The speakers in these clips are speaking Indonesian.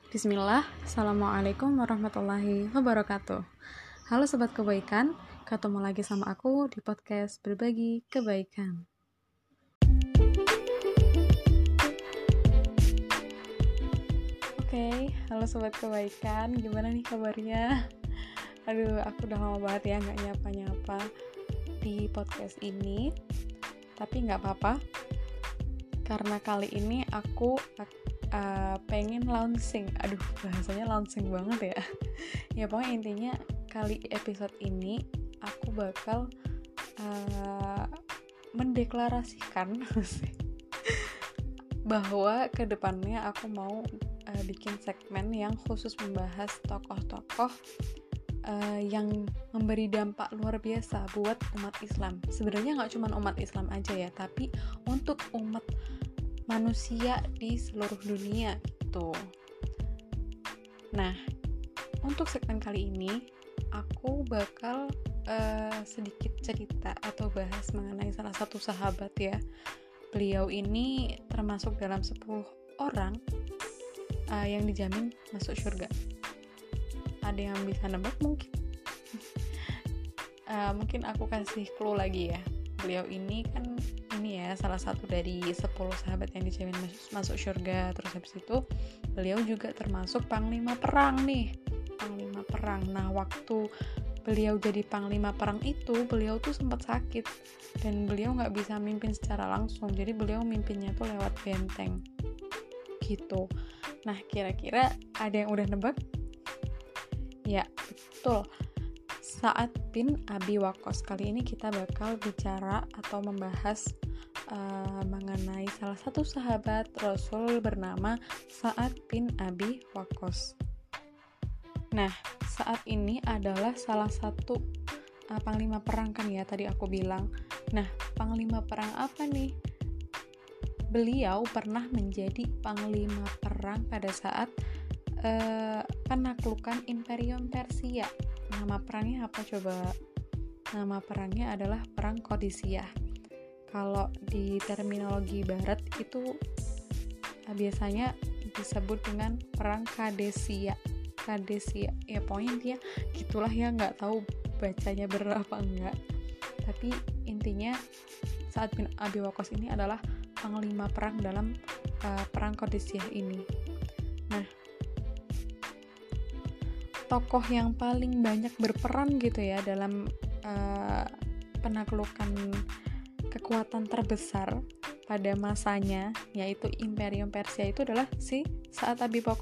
Bismillah, Assalamualaikum warahmatullahi wabarakatuh. Halo Sobat Kebaikan, ketemu lagi sama aku di podcast Berbagi Kebaikan. Oke, halo Sobat Kebaikan, gimana nih kabarnya? Aduh, aku udah lama banget ya gak nyapa-nyapa di podcast ini. Tapi gak apa-apa, karena kali ini aku pengen launching. Aduh, bahasanya launching banget ya. Ya pokoknya intinya kali episode ini aku bakal mendeklarasikan bahwa kedepannya aku mau bikin segmen yang khusus membahas tokoh-tokoh yang memberi dampak luar biasa buat umat Islam. Sebenarnya nggak cuma umat Islam aja ya, tapi untuk umat manusia di seluruh dunia gitu. Nah, untuk segmen kali ini aku bakal sedikit cerita atau bahas mengenai salah satu sahabat ya. Beliau ini termasuk dalam 10 orang yang dijamin masuk surga. Ada yang bisa nebak mungkin? Mungkin aku kasih clue lagi ya. Beliau ini kan salah satu dari 10 sahabat yang dijamin masuk surga. Terus habis itu beliau juga termasuk panglima perang nih. Panglima perang. Nah, waktu beliau jadi panglima perang itu, beliau tuh sempat sakit dan beliau nggak bisa mimpin secara langsung. Jadi beliau mimpinnya tuh lewat benteng gitu. Nah, kira-kira ada yang udah nebak? Ya, betul. Sa'ad bin Abi Waqqas. Kali ini kita bakal bicara atau membahas mengenai salah satu sahabat Rasul bernama Sa'ad bin Abi Waqqas. Nah, Sa'ad ini adalah salah satu panglima perang kan ya, tadi aku bilang. Nah, panglima perang apa nih? Beliau pernah menjadi panglima perang pada saat penaklukan Imperium Persia. Nama perangnya apa coba? Nama perangnya adalah Perang Qadisiyah. Kalau di terminologi barat itu biasanya disebut dengan Perang Qadisiyah. Ya pokoknya dia gitulah ya, nggak tahu bacanya benar apa enggak. Tapi intinya Sa'ad bin Abi Waqqas ini adalah panglima perang dalam Perang Qadisiyah ini. Nah, tokoh yang paling banyak berperan gitu ya dalam penaklukan kekuatan terbesar pada masanya, yaitu Imperium Persia, itu adalah si Sa'ad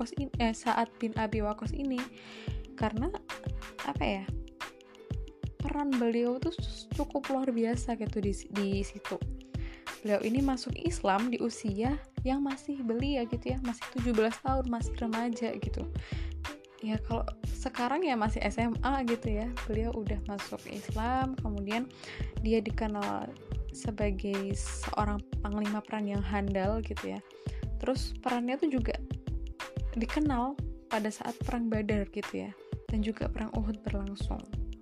bin Abi Waqqas ini. Karena apa ya, peran beliau tuh cukup luar biasa gitu di situ. Beliau ini masuk Islam di usia yang masih belia gitu ya, masih 17 tahun, masih remaja gitu. Ya kalau sekarang ya masih SMA gitu ya. Beliau udah masuk Islam, kemudian dia dikenal sebagai seorang panglima perang yang handal gitu ya. Terus perannya tuh juga dikenal pada saat perang Badar gitu ya, dan juga perang Uhud berlangsung.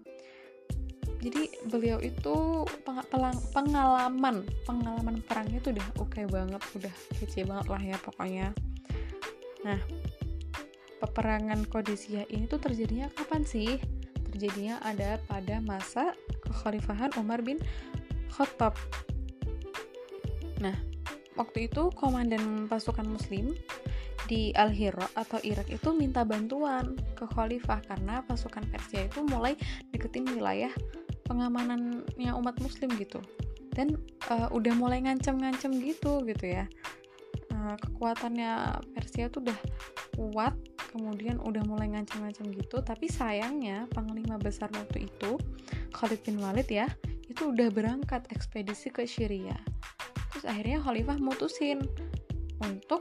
Jadi beliau itu pengalaman perangnya tuh udah oke banget, udah kece banget lah ya pokoknya. Nah, peperangan Qadisiyah ini tuh terjadinya kapan sih? Terjadinya ada pada masa kekhalifahan Umar bin Khattab. Nah, waktu itu komandan pasukan muslim di Al-Hira atau Irak itu minta bantuan ke khalifah karena pasukan Persia itu mulai deketin wilayah pengamanannya umat muslim gitu. Dan udah mulai ngancam-ngancam gitu ya. Kekuatannya Persia tuh udah kuat, kemudian udah mulai ngancam-ngancam gitu. Tapi sayangnya panglima besar waktu itu, Khalid bin Walid ya, itu udah berangkat ekspedisi ke Syria. Terus akhirnya khalifah mutusin untuk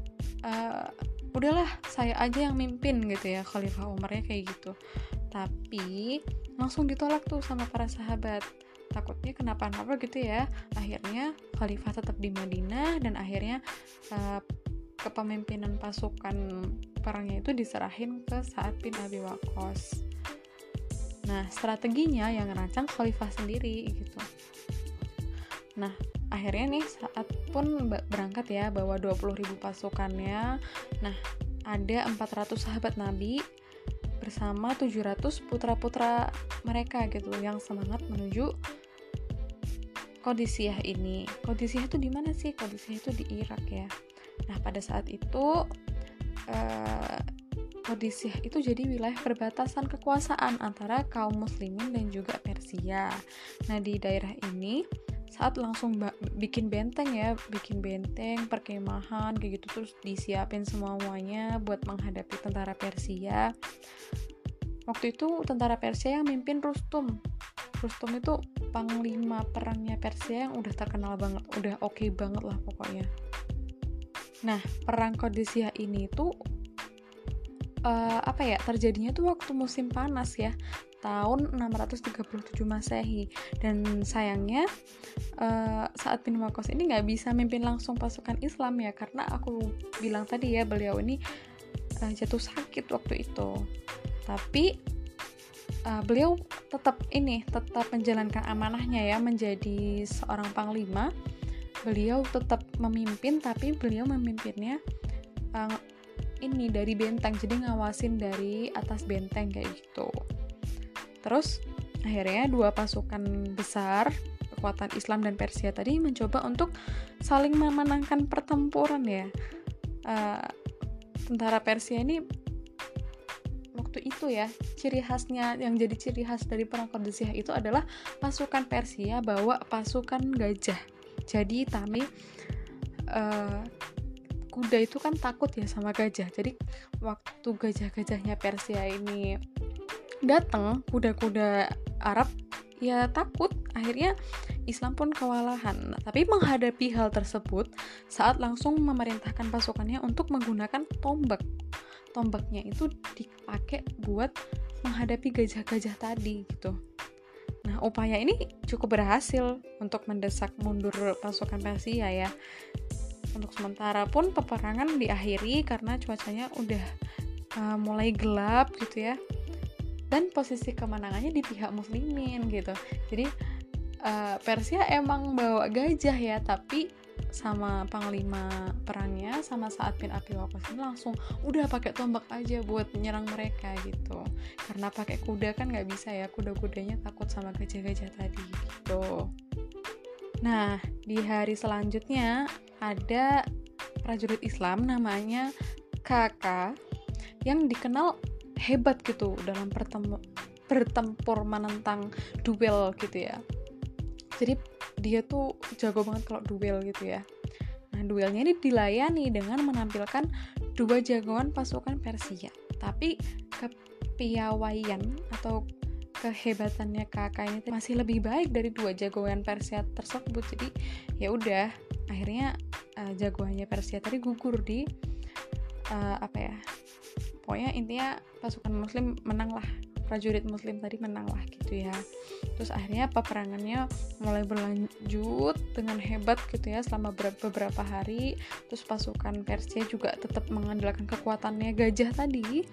udahlah saya aja yang mimpin gitu ya, Khalifah Umarnya kayak gitu. Tapi langsung ditolak tuh sama para sahabat, takutnya kenapa-napa gitu ya. Akhirnya khalifah tetap di Madinah dan akhirnya kepemimpinan pasukan perangnya itu diserahin ke Sa'ad bin Abi Waqqas. Nah, strateginya yang ngerancang khalifah sendiri gitu. Nah, akhirnya nih Sa'ad pun berangkat ya, bawa 20.000 pasukannya. Nah, ada 400 sahabat Nabi bersama 700 putra-putra mereka gitu yang semangat menuju Qadisiyah ini. Qadisiyah itu di mana sih? Qadisiyah itu di Irak ya. Nah, pada saat itu Qadisiyah itu jadi wilayah perbatasan kekuasaan antara kaum muslimin dan juga Persia. Nah, di daerah ini saat langsung bikin benteng, perkemahan kayak gitu, terus disiapin semuanya buat menghadapi tentara Persia. Waktu itu tentara Persia yang mimpin Rustum. Rustum itu panglima perangnya Persia yang udah terkenal banget, udah oke banget lah pokoknya. Nah, perang Qadisiyah ini tuh terjadinya tuh waktu musim panas ya, tahun 637 Masehi. Dan sayangnya Sa'ad bin Waqqas ini nggak bisa mimpin langsung pasukan Islam ya, karena aku bilang tadi ya, beliau ini jatuh sakit waktu itu. Tapi beliau tetap menjalankan amanahnya ya, menjadi seorang panglima. Beliau tetap memimpin, tapi beliau memimpinnya dari benteng, jadi ngawasin dari atas benteng kayak gitu. Terus akhirnya dua pasukan besar kekuatan Islam dan Persia tadi mencoba untuk saling memenangkan pertempuran ya. Tentara Persia ini waktu itu ya, ciri khasnya, yang jadi ciri khas dari perang Qadisiyah itu adalah pasukan Persia bawa pasukan gajah. Jadi kuda itu kan takut ya sama gajah. Jadi waktu gajah-gajahnya Persia ini datang, kuda-kuda Arab ya takut. Akhirnya Islam pun kewalahan. Tapi menghadapi hal tersebut, Sa'ad langsung memerintahkan pasukannya untuk menggunakan tombak. Tombaknya itu dipakai buat menghadapi gajah-gajah tadi gitu. Nah, upaya ini cukup berhasil untuk mendesak mundur pasukan Persia ya. Untuk sementara pun peperangan diakhiri karena cuacanya udah mulai gelap gitu ya. Dan posisi kemenangannya di pihak muslimin gitu. Jadi Persia emang bawa gajah ya, tapi sama panglima perangnya, sama Sa'ad bin Abi Waqqas ini langsung udah pakai tombak aja buat menyerang mereka gitu. Karena pakai kuda kan nggak bisa ya, kuda-kudanya takut sama gajah-gajah tadi gitu. Nah, di hari selanjutnya ada prajurit Islam namanya Kakak yang dikenal hebat gitu dalam bertempur menentang duel gitu ya. Jadi dia tuh jago banget kalau duel gitu ya. Nah, duelnya ini dilayani dengan menampilkan dua jagoan pasukan Persia. Tapi kepiawaian atau kehebatannya Kakak ini masih lebih baik dari dua jagoan Persia tersebut. Jadi ya udah, akhirnya jagoannya Persia tadi gugur di pokoknya intinya pasukan muslim menang lah, prajurit muslim tadi menang lah gitu ya. Terus akhirnya peperangannya mulai berlanjut dengan hebat gitu ya selama beberapa hari. Terus pasukan Persia juga tetap mengandalkan kekuatannya gajah tadi.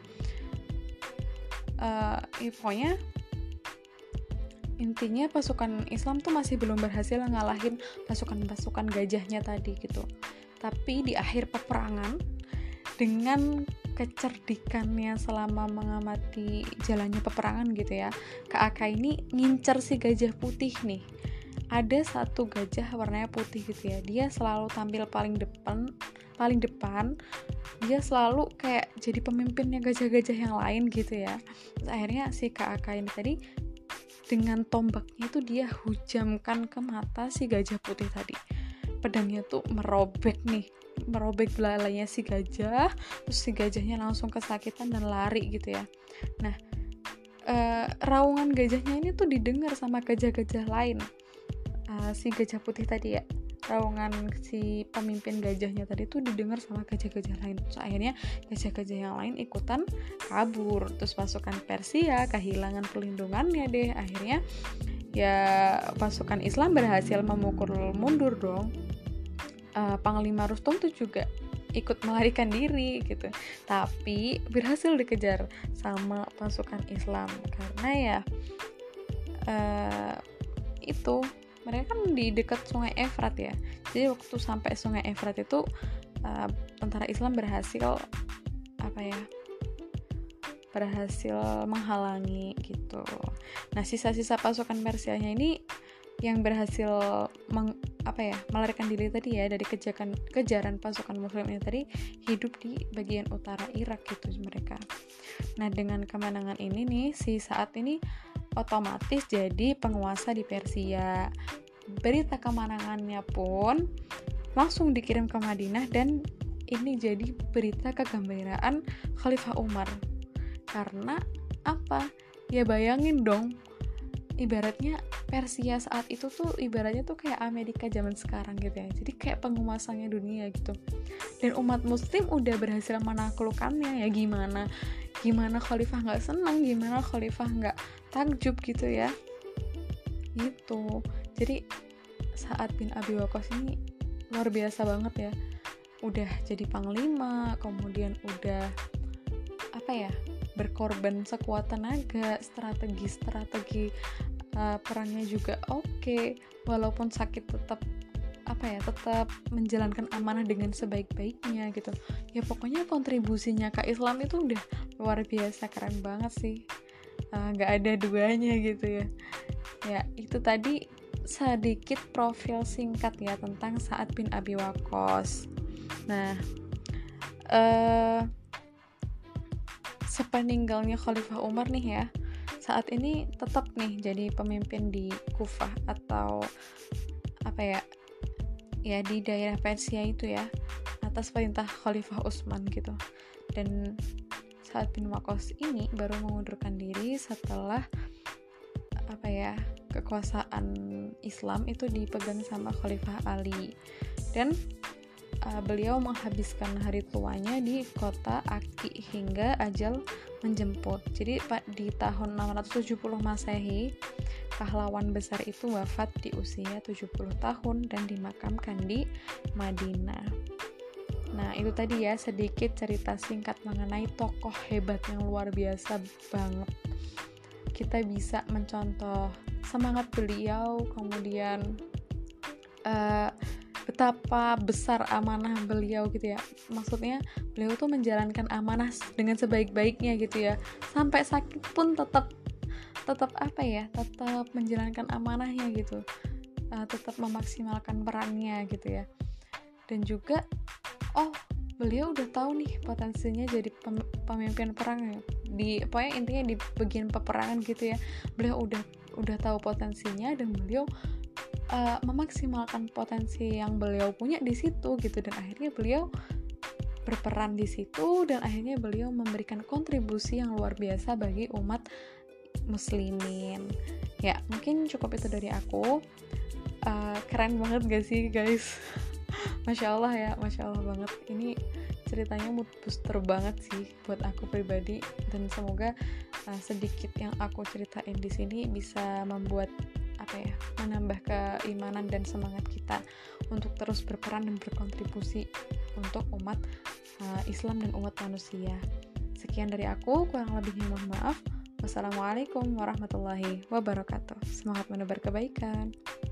Pokoknya intinya pasukan Islam tuh masih belum berhasil ngalahin pasukan-pasukan gajahnya tadi gitu. Tapi di akhir peperangan, dengan kecerdikannya selama mengamati jalannya peperangan gitu ya, Kak ini ngincer si gajah putih nih. Ada satu gajah warnanya putih gitu ya, dia selalu tampil paling depan, dia selalu kayak jadi pemimpinnya gajah-gajah yang lain gitu ya. Terus akhirnya si Kak ini tadi dengan tombaknya itu dia hujamkan ke mata si gajah putih tadi. Pedangnya tuh merobek belalainya si gajah, terus si gajahnya langsung kesakitan dan lari gitu ya. Nah, raungan gajahnya ini tuh didengar sama gajah-gajah lain. Si gajah putih tadi ya, raungan si pemimpin gajahnya tadi tuh didengar sama gajah-gajah lain. Terus akhirnya gajah-gajah yang lain ikutan kabur. Terus pasukan Persia kehilangan perlindungannya deh. Akhirnya ya pasukan Islam berhasil memukul mundur dong. Panglima Rustum tuh juga ikut melarikan diri gitu, tapi berhasil dikejar sama pasukan Islam karena ya itu mereka kan di dekat Sungai Efrat ya. Jadi waktu sampai Sungai Efrat itu tentara Islam berhasil berhasil menghalangi gitu. Nah, sisa-sisa pasukan Persianya ini yang berhasil melarikan diri tadi ya dari kejaran pasukan Muslim ini tadi hidup di bagian utara Irak gitu mereka. Nah, dengan kemenangan ini nih si Sa'ad ini otomatis jadi penguasa di Persia. Berita kemenangannya pun langsung dikirim ke Madinah dan ini jadi berita kegembiraan Khalifah Umar. Karena apa? Ya bayangin dong, ibaratnya Persia saat itu tuh ibaratnya tuh kayak Amerika zaman sekarang gitu ya. Jadi kayak penguasanya dunia gitu. Dan umat muslim udah berhasil menaklukkannya, ya gimana Khalifah nggak senang, gimana Khalifah nggak takjub gitu ya. Gitu. Jadi Sa'ad bin Abi Waqqas ini luar biasa banget ya. Udah jadi panglima, kemudian udah berkorban sekuat tenaga, strategi perangnya juga oke. Walaupun sakit tetap menjalankan amanah dengan sebaik-baiknya gitu. Ya pokoknya kontribusinya ke Islam itu udah luar biasa, keren banget sih. Nggak ada duanya gitu ya. Ya itu tadi sedikit profil singkat ya tentang Sa'ad bin Abi Waqqas. Nah, sepeninggalnya Khalifah Umar nih ya, saat ini tetap nih jadi pemimpin di Kufah atau di daerah Persia itu ya, atas perintah Khalifah Utsman gitu. Dan Sa'ad bin Waqqas ini baru mengundurkan diri setelah kekuasaan Islam itu dipegang sama Khalifah Ali, dan beliau menghabiskan hari tuanya di kota Aki hingga ajal menjemput. Jadi di tahun 670 Masehi, pahlawan besar itu wafat di usia 70 tahun dan dimakamkan di Madinah. Nah, itu tadi ya sedikit cerita singkat mengenai tokoh hebat yang luar biasa banget. Kita bisa mencontoh semangat beliau, kemudian betapa besar amanah beliau gitu ya. Maksudnya beliau tuh menjalankan amanah dengan sebaik-baiknya gitu ya. Sampai sakit pun tetap menjalankan amanahnya gitu. Tetap memaksimalkan perannya gitu ya. Dan juga beliau udah tahu nih potensinya jadi pemimpin perang ya. Pokoknya intinya di bagian peperangan gitu ya. Beliau udah tahu potensinya dan beliau memaksimalkan potensi yang beliau punya di situ gitu, dan akhirnya beliau berperan di situ dan akhirnya beliau memberikan kontribusi yang luar biasa bagi umat muslimin. Ya, mungkin cukup itu dari aku. Keren banget gak sih guys? Masya Allah ya, Masya Allah banget. Ini ceritanya mood booster banget sih buat aku pribadi, dan semoga sedikit yang aku ceritain di sini bisa membuat menambah keimanan dan semangat kita untuk terus berperan dan berkontribusi untuk umat Islam dan umat manusia. Sekian dari aku, kurang lebihnya mohon maaf. Wassalamualaikum warahmatullahi wabarakatuh. Semangat menebar kebaikan.